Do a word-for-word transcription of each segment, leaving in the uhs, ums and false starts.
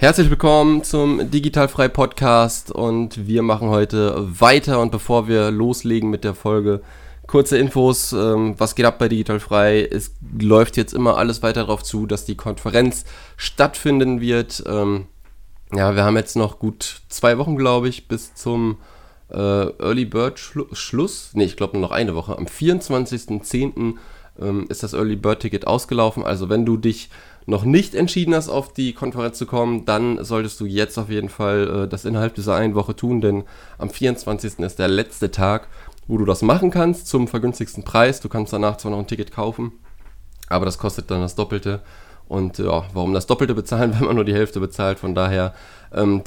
Herzlich willkommen zum Digitalfrei Podcast und wir machen heute weiter und bevor wir loslegen mit der Folge, kurze Infos, ähm, was geht ab bei Digitalfrei? Es läuft jetzt immer alles weiter darauf zu, dass die Konferenz stattfinden wird. Ähm, ja, wir haben jetzt noch gut zwei Wochen, glaube ich, bis zum äh, Early Bird Schlu- Schluss. Ne, ich glaube nur noch eine Woche. Am vierundzwanzigsten zehnten ähm, ist das Early Bird Ticket ausgelaufen. Also wenn du dich noch nicht entschieden hast, auf die Konferenz zu kommen, dann solltest du jetzt auf jeden Fall äh, das innerhalb dieser einen Woche tun, denn am vierundzwanzigsten ist der letzte Tag, wo du das machen kannst, zum vergünstigsten Preis. Du kannst danach zwar noch ein Ticket kaufen, aber das kostet dann das Doppelte. Und ja, warum das Doppelte bezahlen, wenn man nur die Hälfte bezahlt? Von daher ähm,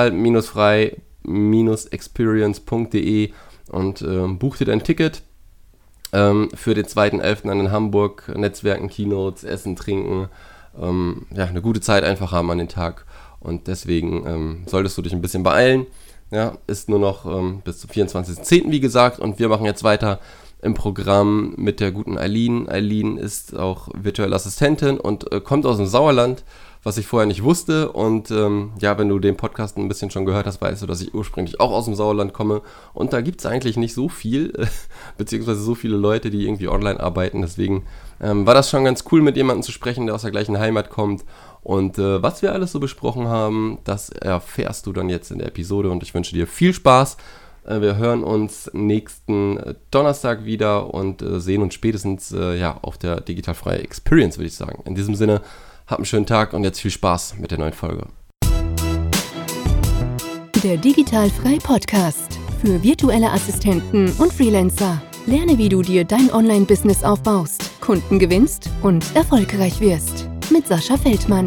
digital-frei-experience punkt de und ähm, buch dir dein Ticket ähm, für den zweiten elften dann in Hamburg. Netzwerken, Keynotes, Essen, Trinken. Ähm, ja, eine gute Zeit einfach haben an den Tag. Und deswegen ähm, solltest du dich ein bisschen beeilen. Ja, ist nur noch ähm, bis zum vierundzwanzigsten zehnten wie gesagt. Und wir machen jetzt weiter im Programm mit der guten Eileen. Eileen ist auch virtuelle Assistentin und äh, kommt aus dem Sauerland, was ich vorher nicht wusste. Und ähm, ja, wenn du den Podcast ein bisschen schon gehört hast, weißt du, dass ich ursprünglich auch aus dem Sauerland komme. Und da gibt es eigentlich nicht so viel, äh, beziehungsweise so viele Leute, die irgendwie online arbeiten. Deswegen ähm, war das schon ganz cool, mit jemandem zu sprechen, der aus der gleichen Heimat kommt. Und äh, was wir alles so besprochen haben, das erfährst du dann jetzt in der Episode. Und ich wünsche dir viel Spaß. Äh, wir hören uns nächsten äh, Donnerstag wieder und äh, sehen uns spätestens äh, ja, auf der Digitalfrei Experience, würde ich sagen. In diesem Sinne, habt einen schönen Tag und jetzt viel Spaß mit der neuen Folge. Der Digitalfrei Podcast für virtuelle Assistenten und Freelancer. Lerne, wie du dir dein Online-Business aufbaust, Kunden gewinnst und erfolgreich wirst. Mit Sascha Feldmann.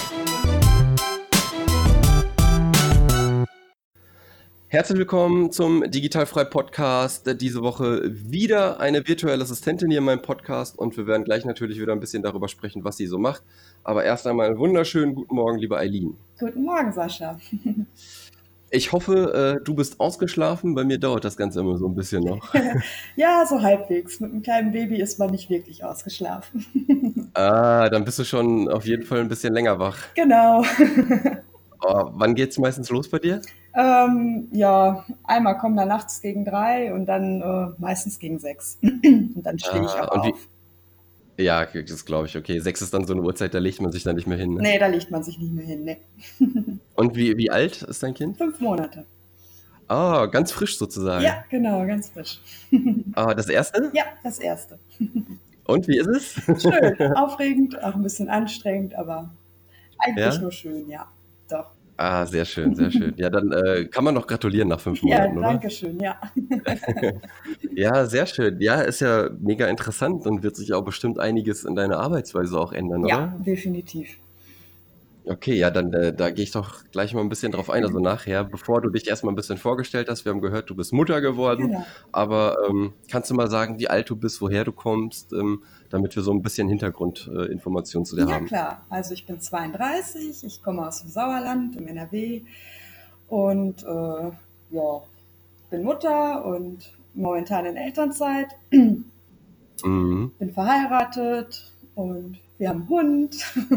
Herzlich willkommen zum Digitalfrei Podcast. Diese Woche wieder eine virtuelle Assistentin hier in meinem Podcast und wir werden gleich natürlich wieder ein bisschen darüber sprechen, was sie so macht. Aber erst einmal einen wunderschönen guten Morgen, liebe Eileen. Guten Morgen, Sascha. Ich hoffe, äh, du bist ausgeschlafen. Bei mir dauert das Ganze immer so ein bisschen noch. Ja, so halbwegs. Mit einem kleinen Baby ist man nicht wirklich ausgeschlafen. Ah, dann bist du schon auf jeden Fall ein bisschen länger wach. Genau. Oh, wann geht's meistens los bei dir? Ähm, ja, einmal kommen da nachts gegen drei und dann äh, meistens gegen sechs. Und dann stehe ich Ah, aber und wie? auf. Ja, das glaube ich. Okay, sechs ist dann so eine Uhrzeit, da legt man sich dann nicht mehr hin. Ne? Nee, da legt man sich nicht mehr hin. Nee. Und wie, wie alt ist dein Kind? Fünf Monate. Ah, ganz frisch sozusagen. Ja, genau, ganz frisch. Ah, das erste? Ja, das erste. Und wie ist es? Schön, aufregend, auch ein bisschen anstrengend, aber eigentlich Ja? nur schön, ja. Doch. Ah, sehr schön, sehr schön. Ja, dann äh, kann man noch gratulieren nach fünf Ja, Monaten, oder? danke schön, ja. Ja, sehr schön. Ja, ist ja mega interessant und wird sich auch bestimmt einiges in deiner Arbeitsweise auch ändern, Ja, oder? definitiv. Okay, ja, dann äh, da gehe ich doch gleich mal ein bisschen drauf ein. Also nachher, bevor du dich erstmal ein bisschen vorgestellt hast, wir haben gehört, du bist Mutter geworden, Genau. aber ähm, kannst du mal sagen, wie alt du bist, woher du kommst, ähm, damit wir so ein bisschen Hintergrundinformationen äh, Informationen zu dir Ja, haben? klar. Also ich bin zweiunddreißig, ich komme aus dem Sauerland im N R W und äh, ja, bin Mutter und momentan in Elternzeit, Mhm. bin verheiratet und wir haben einen Hund.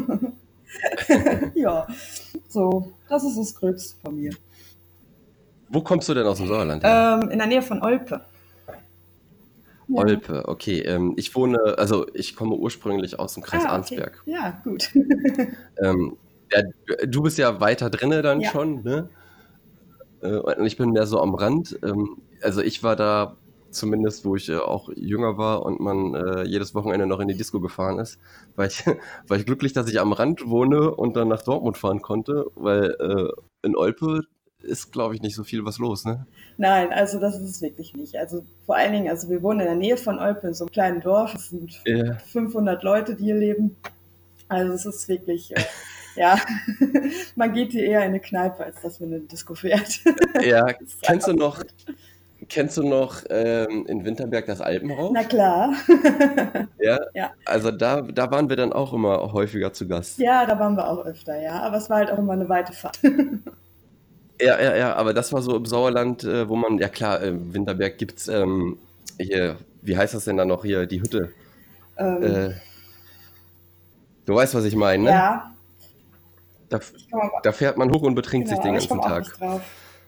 Ja, so, das ist das Gröbste von mir. Wo kommst du denn aus dem Sauerland her? Ähm, in der Nähe von Olpe. Ja. Olpe, okay. Ähm, ich wohne, also ich komme ursprünglich aus dem Kreis Ah, okay. Arnsberg. Ja, gut. Ähm, ja, du bist ja weiter drinne dann Ja. schon, ne? Äh, und ich bin mehr so am Rand. Ähm, also ich war da zumindest, wo ich äh, auch jünger war und man äh, jedes Wochenende noch in die Disco gefahren ist, war ich, war ich glücklich, dass ich am Rand wohne und dann nach Dortmund fahren konnte, weil äh, in Olpe ist, glaube ich, nicht so viel was los, ne? Nein, also das ist es wirklich nicht. Also vor allen Dingen, also wir wohnen in der Nähe von Olpe, in so einem kleinen Dorf. Es sind Ja. fünfhundert Leute, die hier leben. Also es ist wirklich, äh, ja, man geht hier eher in eine Kneipe, als dass man in eine Disco fährt. Ja, Das ist kennst du einfach noch, gut. kennst du noch ähm, in Winterberg das Alpenrauf? Na klar. Ja, Ja. also da, da waren wir dann auch immer häufiger zu Gast. Ja, da waren wir auch öfter, ja. Aber es war halt auch immer eine weite Fahrt. Ja, ja, ja, aber das war so im Sauerland, äh, wo man, ja klar, im Winterberg gibt's ähm, hier, wie heißt das denn da noch hier, die Hütte? Ähm, Äh, du weißt, was ich meine, ne? ja, Da, Ich komme aber, da fährt man hoch und betrinkt sich genau, den aber ich ganzen komme auch nicht Tag. drauf.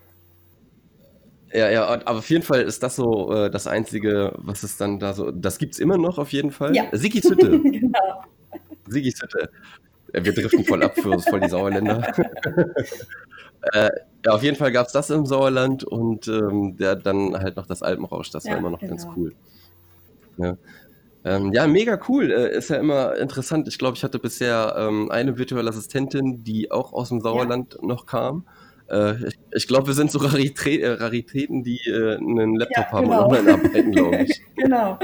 Ja, ja, aber auf jeden Fall ist das so äh, das Einzige, was es dann da so. Das gibt's immer noch auf jeden Ja, Fall. Sigis Hütte. genau. Sigis Hütte. Äh, Wir driften voll ab für voll die Sauerländer. Äh, ja, auf jeden Fall gab's das im Sauerland und ähm, der, dann halt noch das Alpenrausch. Das war Ja, immer noch ganz genau. cool. Ja. Ähm, ja, mega cool. Äh, ist ja immer interessant. Ich glaube, ich hatte bisher ähm, eine virtuelle Assistentin, die auch aus dem Ja, Sauerland noch kam. Äh, ich ich glaube, wir sind so Raritä äh, Raritäten, die äh, einen ja, Laptop haben und genau. online arbeiten, glaube ich. Genau.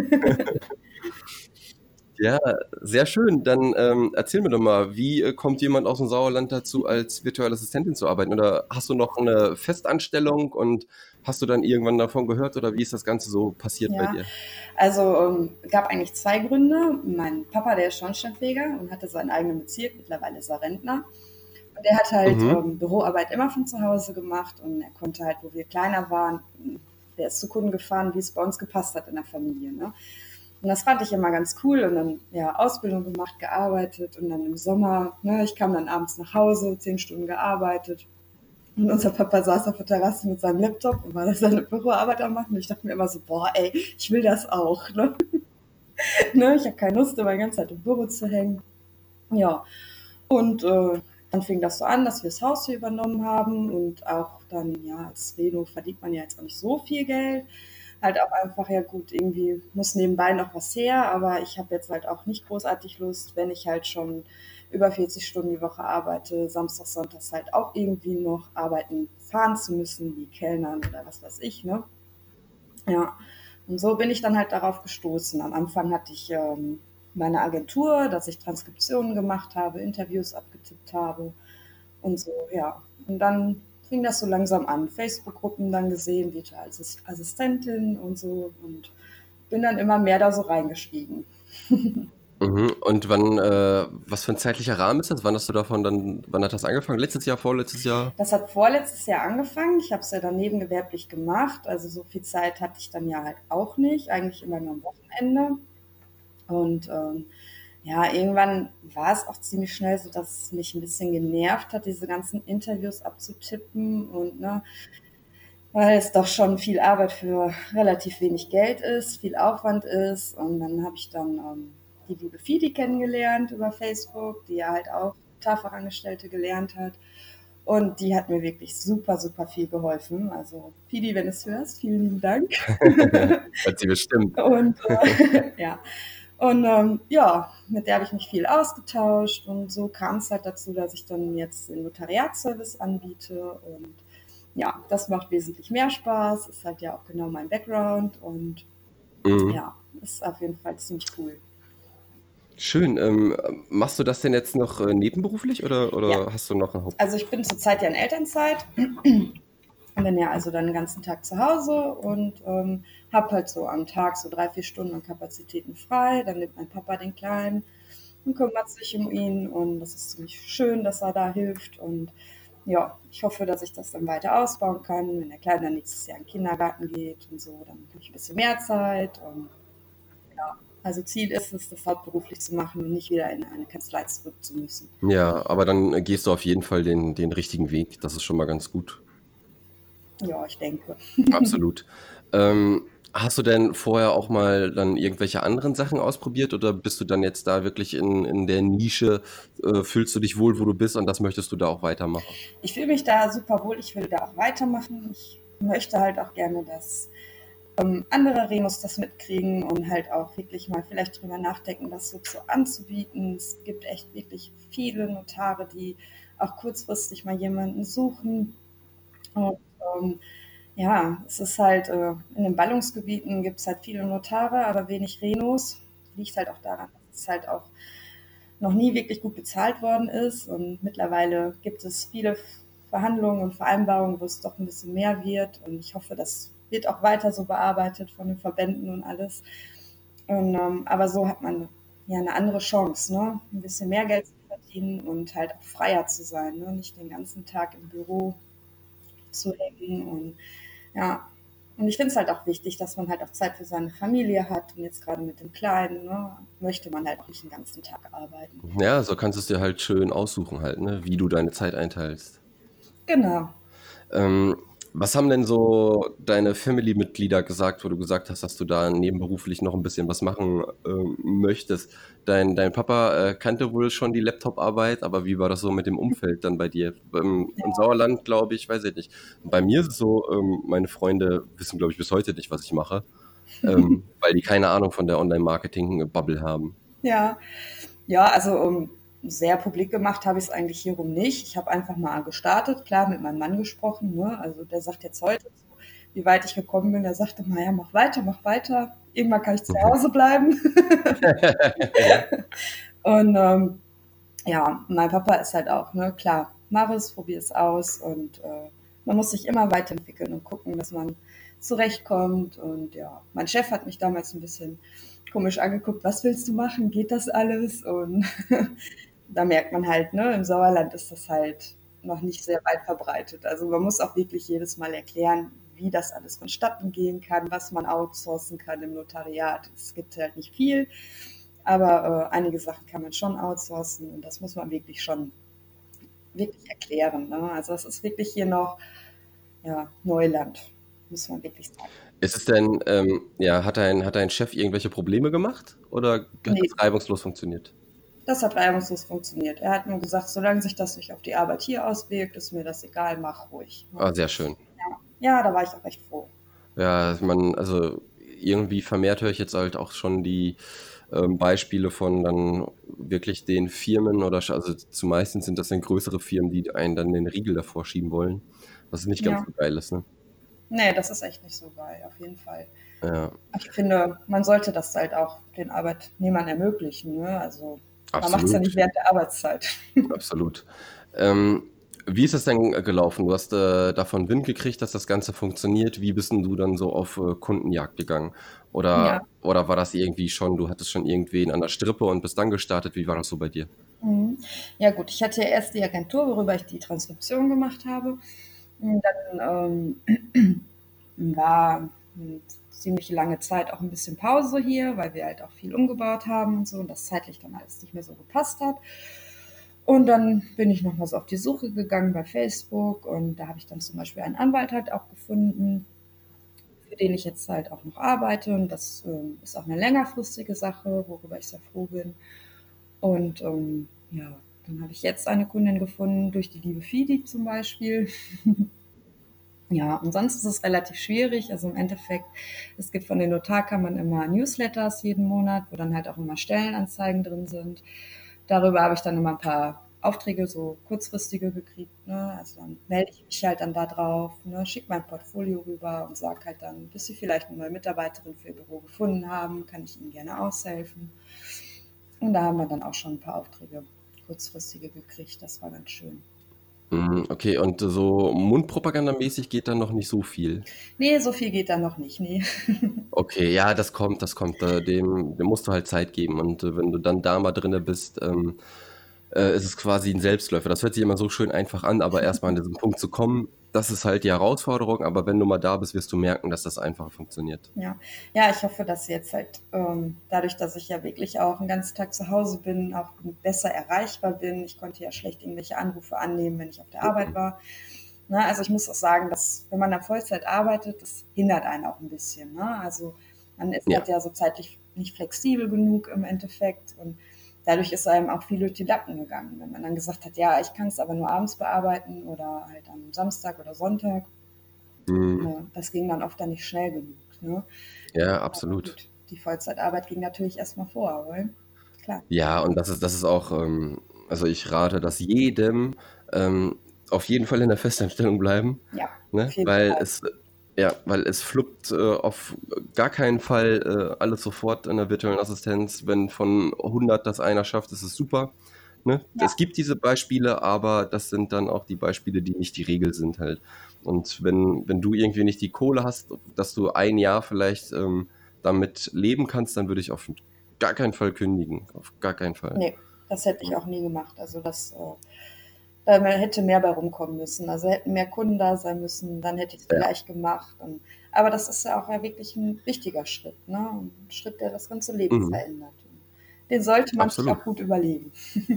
Ja, sehr schön. Dann ähm, erzähl mir doch mal, wie äh, kommt jemand aus dem Sauerland dazu, als virtuelle Assistentin zu arbeiten? Oder hast du noch eine Festanstellung und hast du dann irgendwann davon gehört oder wie ist das Ganze so passiert bei Ja, dir? also ähm, gab eigentlich zwei Gründe. Mein Papa, der ist Schornsteinfeger und hatte seinen eigenen Bezirk, mittlerweile ist er Rentner. Und der hat halt Mhm. ähm, Büroarbeit immer von zu Hause gemacht und er konnte halt, wo wir kleiner waren, der ist zu Kunden gefahren, wie es bei uns gepasst hat in der Familie. Ne? Und das fand ich immer ganz cool und dann ja Ausbildung gemacht, gearbeitet und dann im Sommer, ne, ich kam dann abends nach Hause, zehn Stunden gearbeitet und unser Papa saß auf der Terrasse mit seinem Laptop und war da seine Büroarbeit am machen und ich dachte mir immer so, boah ey, ich will das auch, ne? ne ich habe keine Lust, immer die ganze Zeit im Büro zu hängen. Ja, und äh, dann fing das so an, dass wir das Haus hier übernommen haben und auch dann, ja, als Reno verdient man ja jetzt auch nicht so viel Geld. Halt auch einfach, ja gut, irgendwie muss nebenbei noch was her, aber ich habe jetzt halt auch nicht großartig Lust, wenn ich halt schon über vierzig Stunden die Woche arbeite, Samstag, Sonntags halt auch irgendwie noch arbeiten, fahren zu müssen, wie Kellnern oder was weiß ich, ne? Ja, und so bin ich dann halt darauf gestoßen. Am Anfang hatte ich ähm, meine Agentur, dass ich Transkriptionen gemacht habe, Interviews abgetippt habe und so, ja. Und dann fing das so langsam an. Facebook-Gruppen dann gesehen, wie als Assistentin und so und bin dann immer mehr da so reingestiegen. Mhm. Und wann, äh, was für ein zeitlicher Rahmen ist das? Wann hast du davon dann, wann hat das angefangen? Letztes Jahr, vorletztes Jahr? Das hat vorletztes Jahr angefangen. Ich habe es ja dann nebengewerblich gemacht. Also so viel Zeit hatte ich dann ja halt auch nicht. Eigentlich immer nur am Wochenende. Und ähm, ja, irgendwann war es auch ziemlich schnell so, dass es mich ein bisschen genervt hat, diese ganzen Interviews abzutippen und ne, weil es doch schon viel Arbeit für relativ wenig Geld ist, viel Aufwand ist. Und dann habe ich dann ähm, die liebe Fidi kennengelernt über Facebook, die ja halt auch Tafelangestellte gelernt hat. Und die hat mir wirklich super, super viel geholfen. Also Fidi, wenn du es hörst, vielen lieben Dank. Hat sie bestimmt. Und äh, ja, und ähm, ja, mit der habe ich mich viel ausgetauscht und so kam es halt dazu, dass ich dann jetzt den Notariatsservice anbiete und ja, das macht wesentlich mehr Spaß, ist halt ja auch genau mein Background und Mhm. ja, ist auf jeden Fall ziemlich cool. Schön. Ähm, machst du das denn jetzt noch äh, nebenberuflich oder, Ja, oder hast du noch ein Haupt? also ich bin zurzeit ja in Elternzeit, bin ja also dann den ganzen Tag zu Hause und ähm, habe halt so am Tag so drei, vier Stunden an Kapazitäten frei. Dann nimmt mein Papa den Kleinen und kümmert sich um ihn und das ist ziemlich schön, dass er da hilft und ja, ich hoffe, dass ich das dann weiter ausbauen kann, wenn der Kleine dann nächstes Jahr in den Kindergarten geht und so, dann habe ich ein bisschen mehr Zeit und ja, also Ziel ist es, das hauptberuflich zu machen und nicht wieder in eine Kanzlei zurück zu müssen. Ja, aber dann äh, gehst du auf jeden Fall den, den richtigen Weg. Das ist schon mal ganz gut. Ja, ich denke. Absolut. Ähm, hast du denn vorher auch mal dann irgendwelche anderen Sachen ausprobiert oder bist du dann jetzt da wirklich in, in der Nische, äh, fühlst du dich wohl, wo du bist und das möchtest du da auch weitermachen? Ich fühle mich da super wohl, ich will da auch weitermachen. Ich möchte halt auch gerne, dass ähm, andere Renos das mitkriegen und halt auch wirklich mal vielleicht drüber nachdenken, das so, so anzubieten. Es gibt echt wirklich viele Notare, die auch kurzfristig mal jemanden suchen. Und ähm, ja, es ist halt, äh, in den Ballungsgebieten gibt es halt viele Notare, aber wenig Renos. Liegt halt auch daran, dass es halt auch noch nie wirklich gut bezahlt worden ist. Und mittlerweile gibt es viele Verhandlungen und Vereinbarungen, wo es doch ein bisschen mehr wird. Und ich hoffe, das wird auch weiter so bearbeitet von den Verbänden und alles. Und, ähm, aber so hat man ja eine andere Chance, ne? Ein bisschen mehr Geld zu verdienen und halt auch freier zu sein, ne? Nicht den ganzen Tag im Büro zu hängen und ja, Und ich finde es halt auch wichtig, dass man halt auch Zeit für seine Familie hat. Und jetzt gerade mit dem Kleinen, ne, möchte man halt auch nicht den ganzen Tag arbeiten. Ja, so kannst du es dir halt schön aussuchen halt, ne, wie du deine Zeit einteilst. Genau. Ähm, was haben denn so deine Family-Mitglieder gesagt, wo du gesagt hast, dass du da nebenberuflich noch ein bisschen was machen ähm, möchtest? Dein, dein Papa äh, kannte wohl schon die Laptop-Arbeit, aber wie war das so mit dem Umfeld dann bei dir? Ähm, Im Sauerland, glaube ich, weiß ich nicht. Bei mir ist es so, ähm, meine Freunde wissen, glaube ich, bis heute nicht, was ich mache, ähm, weil die keine Ahnung von der Online-Marketing-Bubble haben. Ja, ja, also um, sehr publik gemacht habe ich es eigentlich hierum nicht. Ich habe einfach mal gestartet, klar, mit meinem Mann gesprochen. Ne? Also der sagt jetzt heute, so, wie weit ich gekommen bin, der sagte mal, ja, mach weiter, mach weiter. Irgendwann kann ich zu Hause bleiben. Ja. Und ähm, ja, mein Papa ist halt auch, ne, klar, mach es, probier es aus und äh, man muss sich immer weiterentwickeln und gucken, dass man zurechtkommt. Und ja, mein Chef hat mich damals ein bisschen komisch angeguckt, was willst du machen, geht das alles? Und da merkt man halt, ne, im Sauerland ist das halt noch nicht sehr weit verbreitet. Also man muss auch wirklich jedes Mal erklären, wie das alles vonstatten gehen kann, was man outsourcen kann im Notariat. Es gibt halt nicht viel, aber äh, einige Sachen kann man schon outsourcen und das muss man wirklich schon wirklich erklären. Ne? Also es ist wirklich hier noch ja, Neuland, muss man wirklich sagen. Ist es denn, ähm, ja, hat dein, hat dein Chef irgendwelche Probleme gemacht oder hat Nee, das reibungslos funktioniert? das hat reibungslos funktioniert. Er hat nur gesagt, solange sich das nicht auf die Arbeit hier auswirkt, ist mir das egal, mach ruhig. Ne? Ah, sehr schön. Ja. Ja, da war ich auch recht froh. Ja, man, also irgendwie vermehrt höre ich jetzt halt auch schon die ähm, Beispiele von dann wirklich den Firmen oder sch- also zumeist sind das dann größere Firmen, die einen dann den Riegel davor schieben wollen, was nicht ganz Ja, so geil ist, ne? nee, das ist echt nicht so geil, auf jeden Fall. Ja, Ich finde, man sollte das halt auch den Arbeitnehmern ermöglichen. Ne? Also man macht es ja absolut, nicht während der Arbeitszeit. absolut. Ähm, wie ist das denn gelaufen? Du hast äh, davon Wind gekriegt, dass das Ganze funktioniert. Wie bist denn du dann so auf äh, Kundenjagd gegangen? Oder, Ja. oder war das irgendwie schon, du hattest schon irgendwen an der Strippe und bist dann gestartet? Wie war das so bei dir? Mhm. Ja gut, ich hatte ja erst die Agentur, worüber ich die Transkription gemacht habe. Und dann ähm, war eine ziemlich lange Zeit auch ein bisschen Pause hier, weil wir halt auch viel umgebaut haben und so und das zeitlich dann alles nicht mehr so gepasst hat. Und dann bin ich nochmal so auf die Suche gegangen bei Facebook und da habe ich dann zum Beispiel einen Anwalt halt auch gefunden, für den ich jetzt halt auch noch arbeite und das ähm, ist auch eine längerfristige Sache, worüber ich sehr froh bin. Und ähm, ja, dann habe ich jetzt eine Kundin gefunden durch die liebe Fidi zum Beispiel. Ja, und sonst ist es relativ schwierig. Also im Endeffekt, es gibt von den Notarkammern immer Newsletters jeden Monat, wo dann halt auch immer Stellenanzeigen drin sind. Darüber habe ich dann immer ein paar Aufträge, so kurzfristige gekriegt. Ne? Also dann melde ich mich halt dann da drauf, ne? Schicke mein Portfolio rüber und sage halt dann, bis Sie vielleicht eine neue Mitarbeiterin für Ihr Büro gefunden haben, kann ich Ihnen gerne aushelfen. Und da haben wir dann auch schon ein paar Aufträge kurzfristige gekriegt. Das war ganz schön. Mhm, okay, und so mundpropagandamäßig geht dann noch nicht so viel. Nee, so viel geht da noch nicht. Nee. Okay, ja, das kommt, das kommt. Äh, dem, dem musst du halt Zeit geben. Und äh, wenn du dann da mal drinne bist, ähm, äh, ist es quasi ein Selbstläufer. Das hört sich immer so schön einfach an, aber erstmal an diesen Punkt zu kommen, das ist halt die Herausforderung. Aber wenn du mal da bist, wirst du merken, dass das einfacher funktioniert. Ja. Ja, ich hoffe, dass jetzt halt ähm, dadurch, dass ich ja wirklich auch den ganzen Tag zu Hause bin, auch besser erreichbar bin. Ich konnte ja schlecht irgendwelche Anrufe annehmen, wenn ich auf der Arbeit war. Ne, also ich muss auch sagen, dass wenn man dann Vollzeit arbeitet, das hindert einen auch ein bisschen. Ne? Also man ist Ja, halt ja so zeitlich nicht flexibel genug im Endeffekt und dadurch ist einem auch viel durch die Lappen gegangen. Wenn man dann gesagt hat, ja, ich kann es aber nur abends bearbeiten oder halt am Samstag oder Sonntag, mm, ne, das ging dann oft dann nicht schnell genug. Ne? ja, Aber absolut. gut, die Vollzeitarbeit ging natürlich erstmal vor, weil klar. Ja, und das ist, das ist auch, ähm, also ich rate das jedem, ähm, auf jeden Fall in der Festanstellung bleiben, Ja, ne? auf jeden Weil Fall. es, ja, weil es fluppt äh, auf gar keinen Fall äh, alles sofort in der virtuellen Assistenz. Wenn von hundert das einer schafft, ist es super. Ne? Ja, Es gibt diese Beispiele, aber das sind dann auch die Beispiele, die nicht die Regel sind halt. Und wenn, wenn du irgendwie nicht die Kohle hast, dass du ein Jahr vielleicht ähm, damit leben kannst, dann würde ich auf gar keinen Fall kündigen. Auf gar keinen Fall. nee, das hätte ich auch nie gemacht. Also das, äh, ähm, hätte mehr bei rumkommen müssen. Also hätten mehr Kunden da sein müssen, dann hätte ich es Ja. vielleicht gemacht. Und, aber das ist ja auch ja wirklich ein wichtiger Schritt, ne? Ein Schritt, der das ganze Leben Mhm. verändert. Den sollte man sich Absolut. auch gut überlegen.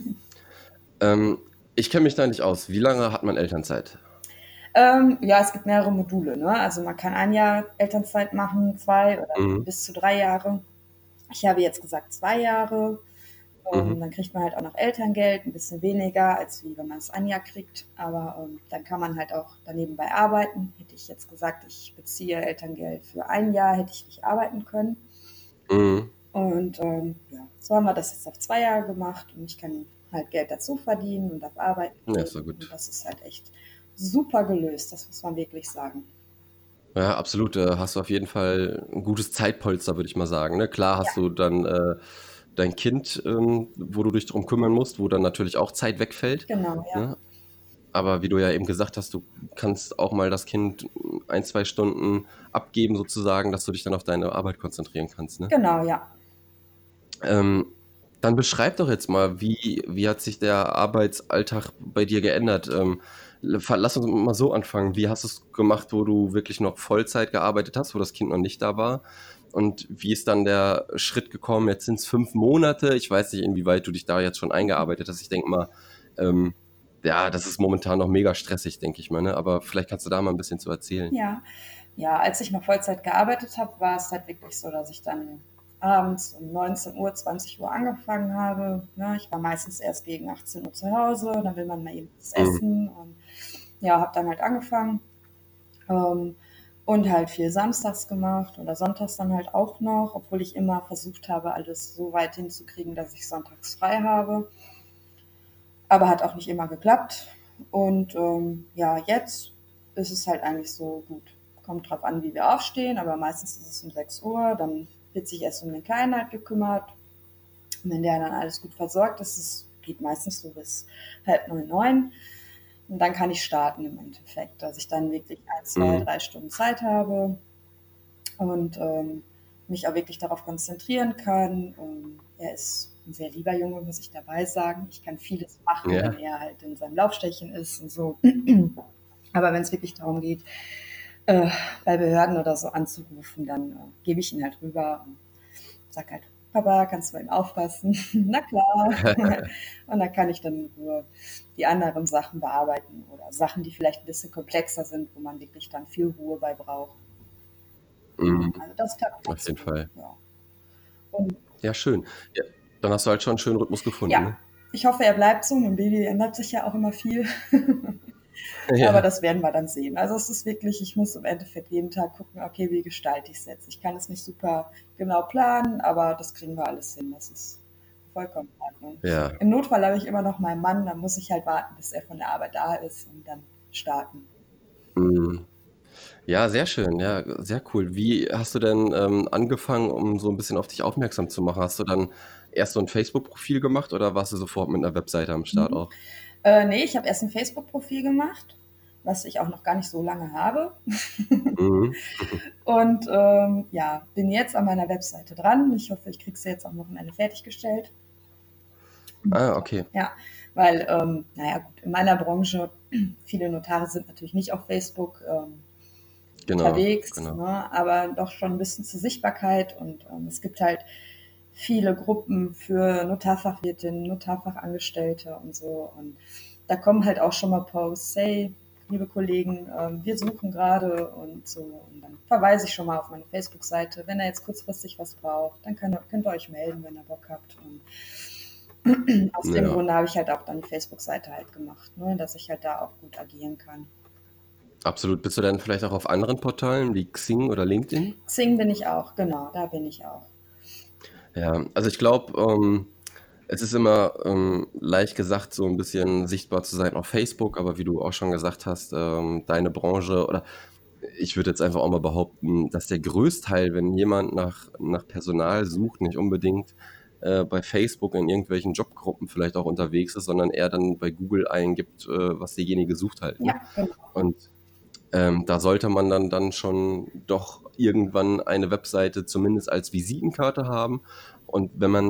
Ähm, ich kenne mich da nicht aus. Wie lange hat man Elternzeit? Ähm, ja, es gibt mehrere Module, ne? Also man kann ein Jahr Elternzeit machen, zwei oder Mhm. bis zu drei Jahre. Ich habe jetzt gesagt zwei Jahre. Ähm, Mhm. dann kriegt man halt auch noch Elterngeld, ein bisschen weniger, als wie wenn man es ein Jahr kriegt. Aber ähm, dann kann man halt auch daneben bei arbeiten. Hätte ich jetzt gesagt, ich beziehe Elterngeld für ein Jahr, hätte ich nicht arbeiten können. Mhm. Und ähm, ja, so haben wir das jetzt auf zwei Jahre gemacht und ich kann halt Geld dazu verdienen und auf Arbeiten Ja, gehen. ist doch Und gut. das ist halt echt super gelöst, das muss man wirklich sagen. Ja, absolut. Da hast du auf jeden Fall ein gutes Zeitpolster, würde ich mal sagen. Ne? Klar Ja, hast du dann äh, dein Kind, ähm, wo du dich drum kümmern musst, wo dann natürlich auch Zeit wegfällt. genau, ja. Ne? Aber wie du ja eben gesagt hast, du kannst auch mal das Kind ein, zwei Stunden abgeben, sozusagen, dass du dich dann auf deine Arbeit konzentrieren kannst. Ne? Genau, ja. Ähm, dann beschreib doch jetzt mal, wie, wie hat sich der Arbeitsalltag bei dir geändert? Ähm, lass uns mal so anfangen. Wie hast du es gemacht, wo du wirklich noch Vollzeit gearbeitet hast, wo das Kind noch nicht da war? Und wie ist dann der Schritt gekommen? Jetzt sind es fünf Monate. Ich weiß nicht, inwieweit du dich da jetzt schon eingearbeitet hast. Ich denke mal, ähm, ja, das ist momentan noch mega stressig, denke ich mal. Ne? Aber vielleicht kannst du da mal ein bisschen zu erzählen. Ja, ja, als ich noch Vollzeit gearbeitet habe, war es halt wirklich so, dass ich dann abends um neunzehn Uhr, zwanzig Uhr angefangen habe. Ne, ich war meistens erst gegen achtzehn Uhr zu Hause, dann will man mal eben was Mhm. essen und ja, habe dann halt angefangen ähm, und halt viel samstags gemacht oder sonntags dann halt auch noch, obwohl ich immer versucht habe, alles so weit hinzukriegen, dass ich sonntags frei habe. Aber hat auch nicht immer geklappt. Und ähm, ja, jetzt ist es halt eigentlich so gut. Kommt drauf an, wie wir aufstehen, aber meistens ist es um sechs Uhr. Dann wird sich erst um den Kleinen halt gekümmert. Und wenn der dann alles gut versorgt ist, es geht meistens so bis halb neun, neun. Und dann kann ich starten im Endeffekt, dass ich dann wirklich ein, zwei, Mhm. drei Stunden Zeit habe und ähm, mich auch wirklich darauf konzentrieren kann. Ähm, er ist ein sehr lieber Junge, muss ich dabei sagen. Ich kann vieles machen, wenn Ja. er halt in seinem Laufstäbchen ist und so. Aber wenn es wirklich darum geht, äh, bei Behörden oder so anzurufen, dann äh, gebe ich ihn halt rüber und sage halt, Papa, kannst du bei ihm aufpassen? Na klar. Und dann kann ich dann in Ruhe die anderen Sachen bearbeiten oder Sachen, die vielleicht ein bisschen komplexer sind, wo man wirklich dann viel Ruhe bei braucht. Mhm. Also das klappt Auf ganz jeden gut. Fall. Ja. Und Ja, schön. Ja, dann hast du halt schon einen schönen Rhythmus gefunden, ja, ne? ich hoffe, er bleibt so. Mein Baby ändert sich ja auch immer viel. Aber Ja. das werden wir dann sehen. Also es ist wirklich, ich muss im Endeffekt jeden Tag gucken, okay, wie gestalte ich es jetzt. Ich kann es nicht super genau planen, aber das kriegen wir alles hin. Das ist vollkommen in Ordnung. Ja. Im Notfall habe ich immer noch meinen Mann, dann muss ich halt warten, bis er von der Arbeit da ist und dann starten. Mhm. Ja, sehr schön. Ja, sehr cool. Wie hast du denn ähm, angefangen, um so ein bisschen auf dich aufmerksam zu machen? Hast du dann erst so ein Facebook-Profil gemacht oder warst du sofort mit einer Webseite am Start Mhm. auch? Äh, nee, ich habe erst ein Facebook-Profil gemacht, was ich auch noch gar nicht so lange habe. Mhm. Und ähm, ja, bin jetzt an meiner Webseite dran. Ich hoffe, ich kriege sie jetzt am Wochenende fertiggestellt. Ah, okay. Ja, weil, ähm, naja, gut, in meiner Branche, viele Notare sind natürlich nicht auf Facebook ähm, Genau, unterwegs, genau. ne, aber doch schon ein bisschen zur Sichtbarkeit und ähm, es gibt halt viele Gruppen für Notarfachwirtinnen, Notarfachangestellte und so und da kommen halt auch schon mal Posts, hey, liebe Kollegen, ähm, wir suchen gerade und so und dann verweise ich schon mal auf meine Facebook-Seite, wenn er jetzt kurzfristig was braucht, dann könnt ihr, könnt ihr euch melden, wenn ihr Bock habt und aus dem Ja, Grunde habe ich halt auch dann die Facebook-Seite halt gemacht, ne, dass ich halt da auch gut agieren kann. absolut. Bist du dann vielleicht auch auf anderen Portalen wie Xing oder LinkedIn? Xing bin ich auch, genau, da bin ich auch. Ja, also ich glaube, ähm, es ist immer ähm, leicht gesagt, so ein bisschen sichtbar zu sein auf Facebook, aber wie du auch schon gesagt hast, ähm, deine Branche oder ich würde jetzt einfach auch mal behaupten, dass der Größteil, wenn jemand nach, nach Personal sucht, nicht unbedingt äh, bei Facebook in irgendwelchen Jobgruppen vielleicht auch unterwegs ist, sondern eher dann bei Google eingibt, äh, was derjenige sucht halt. Ne? Ja, genau. Und ähm, da sollte man dann, dann schon doch irgendwann eine Webseite zumindest als Visitenkarte haben. Und wenn man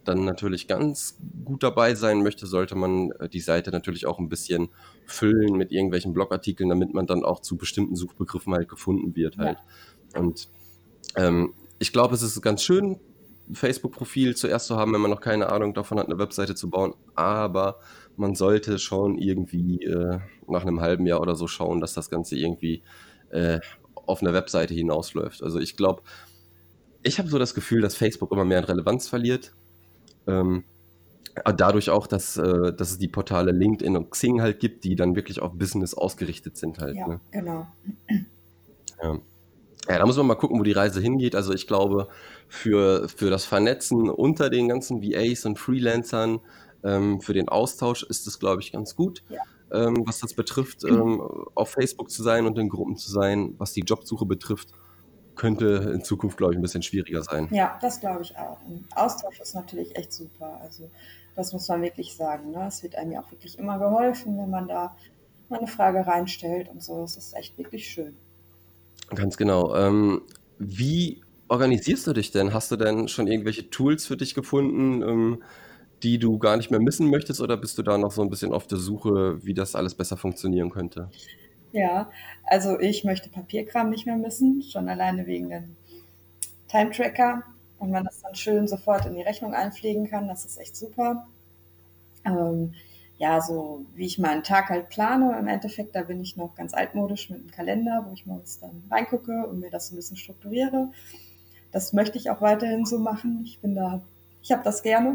dann natürlich ganz gut dabei sein möchte, sollte man äh, die Seite natürlich auch ein bisschen füllen mit irgendwelchen Blogartikeln, damit man dann auch zu bestimmten Suchbegriffen halt gefunden wird Ja, halt. Und ähm, ich glaube, es ist ganz schön, ein Facebook-Profil zuerst zu haben, wenn man noch keine Ahnung davon hat, eine Webseite zu bauen. Aber man sollte schon irgendwie äh, nach einem halben Jahr oder so schauen, dass das Ganze irgendwie äh, auf eine Webseite hinausläuft. Also ich glaube, ich habe so das Gefühl, dass Facebook immer mehr an Relevanz verliert. Ähm, dadurch auch, dass, äh, dass es die Portale LinkedIn und Xing halt gibt, die dann wirklich auf Business ausgerichtet sind halt. ja, Ne? genau. Ja. Ja, da muss man mal gucken, wo die Reise hingeht. Also ich glaube, für, für das Vernetzen unter den ganzen V As und Freelancern, ähm, für den Austausch ist es, glaube ich, ganz gut, Ja, ähm, was das betrifft, ähm, auf Facebook zu sein und in Gruppen zu sein. Was die Jobsuche betrifft, könnte in Zukunft, glaube ich, ein bisschen schwieriger sein. ja, das glaube ich auch. Und Austausch ist natürlich echt super. Also das muss man wirklich sagen. Ne? Es wird einem ja auch wirklich immer geholfen, wenn man da mal eine Frage reinstellt und so. Es ist echt wirklich schön. Ganz genau. Ähm, wie organisierst du dich denn? Hast du denn schon irgendwelche Tools für dich gefunden, ähm, die du gar nicht mehr missen möchtest, oder bist du da noch so ein bisschen auf der Suche, wie das alles besser funktionieren könnte? Ja, also ich möchte Papierkram nicht mehr missen, schon alleine wegen dem Time-Tracker. Und man das dann schön sofort in die Rechnung einpflegen kann, das ist echt super. Ähm, ja, so wie ich meinen Tag halt plane, im Endeffekt, da bin ich noch ganz altmodisch mit einem Kalender, wo ich morgens dann reingucke und mir das ein bisschen strukturiere. Das möchte ich auch weiterhin so machen. Ich bin da, ich habe das gerne.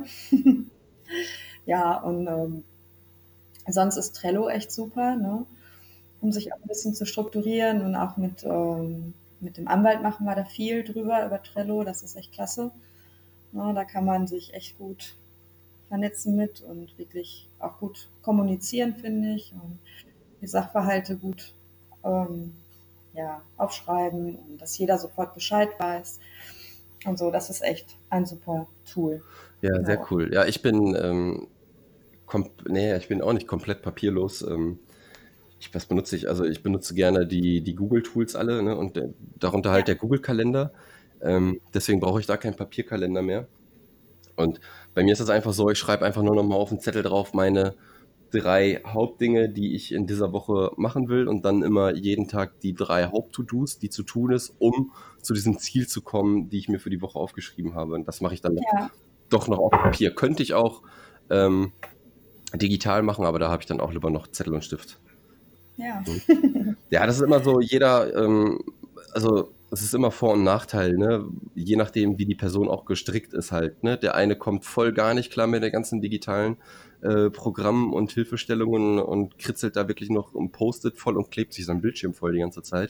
Ja, und ähm, sonst ist Trello echt super, ne? Um sich auch ein bisschen zu strukturieren und auch mit, ähm, mit dem Anwalt machen wir da viel drüber, über Trello, das ist echt klasse. Ne? Da kann man sich echt gut vernetzen mit und wirklich auch gut kommunizieren, finde ich, und die Sachverhalte gut ähm, ja, aufschreiben und dass jeder sofort Bescheid weiß und so. Das ist echt ein super Tool. Ja, sehr Genau. cool. Ja, ich bin, ähm, kom nee, ich bin auch nicht komplett papierlos. Ähm, ich, was benutze ich? Also ich benutze gerne die, die Google-Tools alle, ne? Und äh, darunter Ja, halt der Google-Kalender. Ähm, deswegen brauche ich da keinen Papierkalender mehr. Und bei mir ist es einfach so, ich schreibe einfach nur noch mal auf den Zettel drauf meine drei Hauptdinge, die ich in dieser Woche machen will, und dann immer jeden Tag die drei Haupt-To-Dos, die zu tun ist, um zu diesem Ziel zu kommen, die ich mir für die Woche aufgeschrieben habe. Und das mache ich dann ja, doch noch auf Papier. Könnte ich auch ähm, digital machen, aber da habe ich dann auch lieber noch Zettel und Stift. ja, Ja, das ist immer so, jeder, ähm, also es ist immer Vor- und Nachteil, ne? Je nachdem, wie die Person auch gestrickt ist halt, ne? Der eine kommt voll gar nicht klar mit den ganzen digitalen äh, Programmen und Hilfestellungen und kritzelt da wirklich noch ein Post-it voll und klebt sich sein Bildschirm voll die ganze Zeit.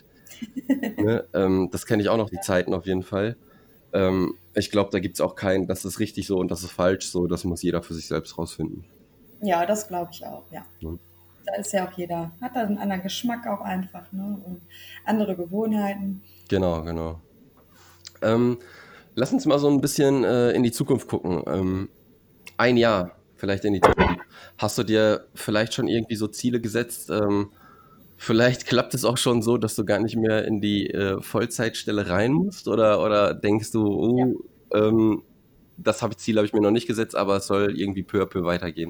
Ne? Ähm, das kenne ich auch noch, die Zeiten auf jeden Fall. Ähm, ich glaube, da gibt es auch kein, das ist richtig so und das ist falsch so, das muss jeder für sich selbst rausfinden. ja, das glaube ich auch, ja. Ne? Da ist ja auch jeder, hat da einen anderen Geschmack auch einfach, ne? Und andere Gewohnheiten. Genau, genau. Ähm, lass uns mal so ein bisschen äh, in die Zukunft gucken. Ähm, ein Jahr vielleicht in die Zukunft. Hast du dir vielleicht schon irgendwie so Ziele gesetzt? Ähm, vielleicht klappt es auch schon so, dass du gar nicht mehr in die äh, Vollzeitstelle rein musst? Oder, oder denkst du, Ja. oh, ähm, das hab ich, Ziel habe ich mir noch nicht gesetzt, aber es soll irgendwie peu à peu weitergehen?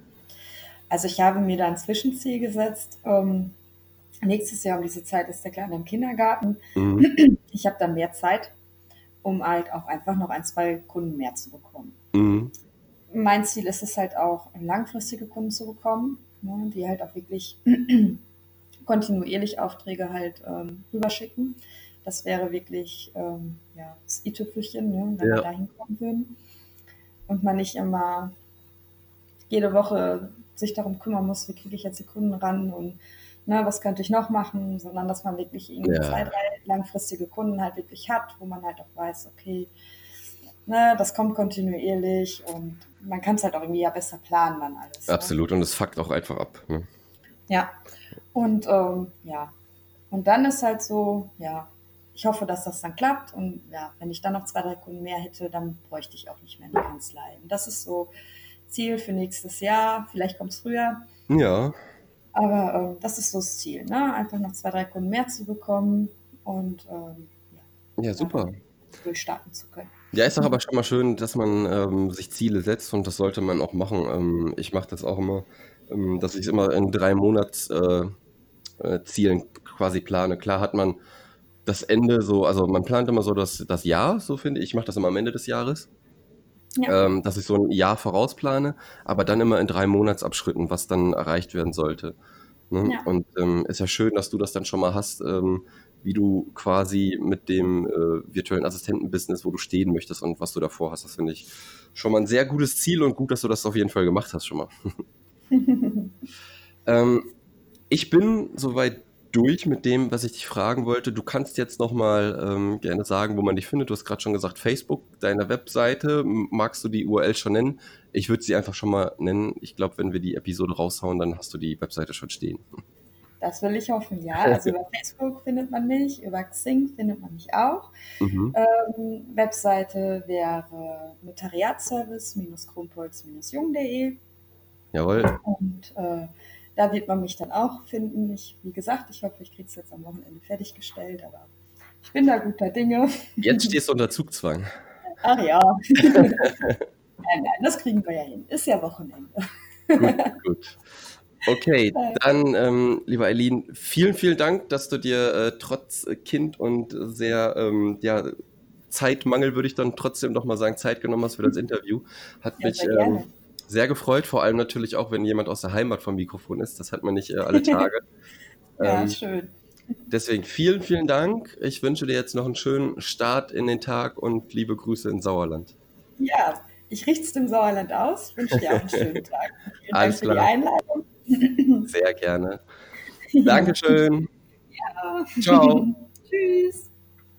Also ich habe mir da ein Zwischenziel gesetzt. Ähm, nächstes Jahr um diese Zeit ist der Kleine im Kindergarten. Mhm. Ich habe dann mehr Zeit, um halt auch einfach noch ein, zwei Kunden mehr zu bekommen. Mhm. Mein Ziel ist es halt auch, langfristige Kunden zu bekommen, ne, die halt auch wirklich kontinuierlich Aufträge halt ähm, rüberschicken. Das wäre wirklich ähm, ja, das i-Tüpfelchen, ne, wenn wir Ja, da hinkommen würden. Und man nicht immer jede Woche sich darum kümmern muss, wie kriege ich jetzt die Kunden ran und ne, was könnte ich noch machen, sondern dass man wirklich irgendwie zwei, ja, drei langfristige Kunden halt wirklich hat, wo man halt auch weiß, okay, ne, das kommt kontinuierlich und man kann es halt auch irgendwie ja besser planen dann alles. Ne? absolut. Und es fuckt auch einfach ab. Ne? Ja, und ähm, ja, und dann ist halt so, ja, ich hoffe, dass das dann klappt und ja, wenn ich dann noch zwei, drei Kunden mehr hätte, dann bräuchte ich auch nicht mehr eine Kanzlei. Und das ist so Ziel für nächstes Jahr, vielleicht kommt es früher, Ja, aber ähm, das ist so das Ziel, ne? Einfach noch zwei, drei Kunden mehr zu bekommen und ähm, ja, ja, dann super. halt durchstarten zu können. Ja, ist doch aber schon mal schön, dass man ähm, sich Ziele setzt und das sollte man auch machen. Ähm, ich mache das auch immer, ähm, dass ich es immer in drei Monats äh, äh, Zielen quasi plane. Klar hat man das Ende so, also man plant immer so das, das Jahr, so finde ich. Ich mache das immer am Ende des Jahres, Ja, ähm, dass ich so ein Jahr vorausplane, aber dann immer in drei Monatsabschritten, was dann erreicht werden sollte. Ne? ja. Und ähm, ist ja schön, dass du das dann schon mal hast, ähm, wie du quasi mit dem äh, virtuellen Assistenten-Business, wo du stehen möchtest und was du davor hast. Das finde ich schon mal ein sehr gutes Ziel und gut, dass du das auf jeden Fall gemacht hast schon mal. ähm, Ich bin soweit durch mit dem, was ich dich fragen wollte. Du kannst jetzt nochmal ähm, gerne sagen, wo man dich findet. Du hast gerade schon gesagt, Facebook, deine Webseite. M- Magst du die U R L schon nennen? Ich würde sie einfach schon mal nennen. Ich glaube, wenn wir die Episode raushauen, dann hast du die Webseite schon stehen. Das will ich hoffen, ja. Also über Facebook findet man mich, über Xing findet man mich auch. Mhm. Ähm, Webseite wäre notariatsservice-kronpolz-jung punkt de Jawohl. und äh, da wird man mich dann auch finden. Ich, wie gesagt, ich hoffe, ich kriege es jetzt am Wochenende fertiggestellt, aber ich bin da guter Dinge. Jetzt stehst du unter Zugzwang. Ach ja. Nein, nein, das kriegen wir ja hin. Ist ja Wochenende. Gut, gut. Okay, dann, ähm, lieber Eileen, vielen, vielen Dank, dass du dir äh, trotz Kind und sehr, ähm, ja, Zeitmangel, würde ich dann trotzdem noch mal sagen, Zeit genommen hast für das Interview. Hat Ja, mich sehr ähm, gerne. sehr gefreut, vor allem natürlich auch, wenn jemand aus der Heimat vom Mikrofon ist. Das hat man nicht äh, alle Tage. Ja, ähm, schön. deswegen vielen, vielen Dank. Ich wünsche dir jetzt noch einen schönen Start in den Tag und liebe Grüße ins Sauerland. Ja, ich richte es dem Sauerland aus. Wünsche dir auch einen schönen Tag. Vielen Dank Alles für die klar. Einladung. Sehr gerne. Dankeschön. Ja. Ciao. Tschüss.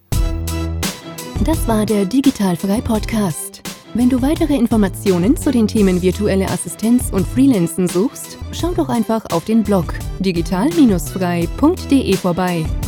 Das war der Digitalfrei Podcast. Wenn du weitere Informationen zu den Themen virtuelle Assistenz und Freelancen suchst, schau doch einfach auf den Blog digital Bindestrich frei punkt de vorbei.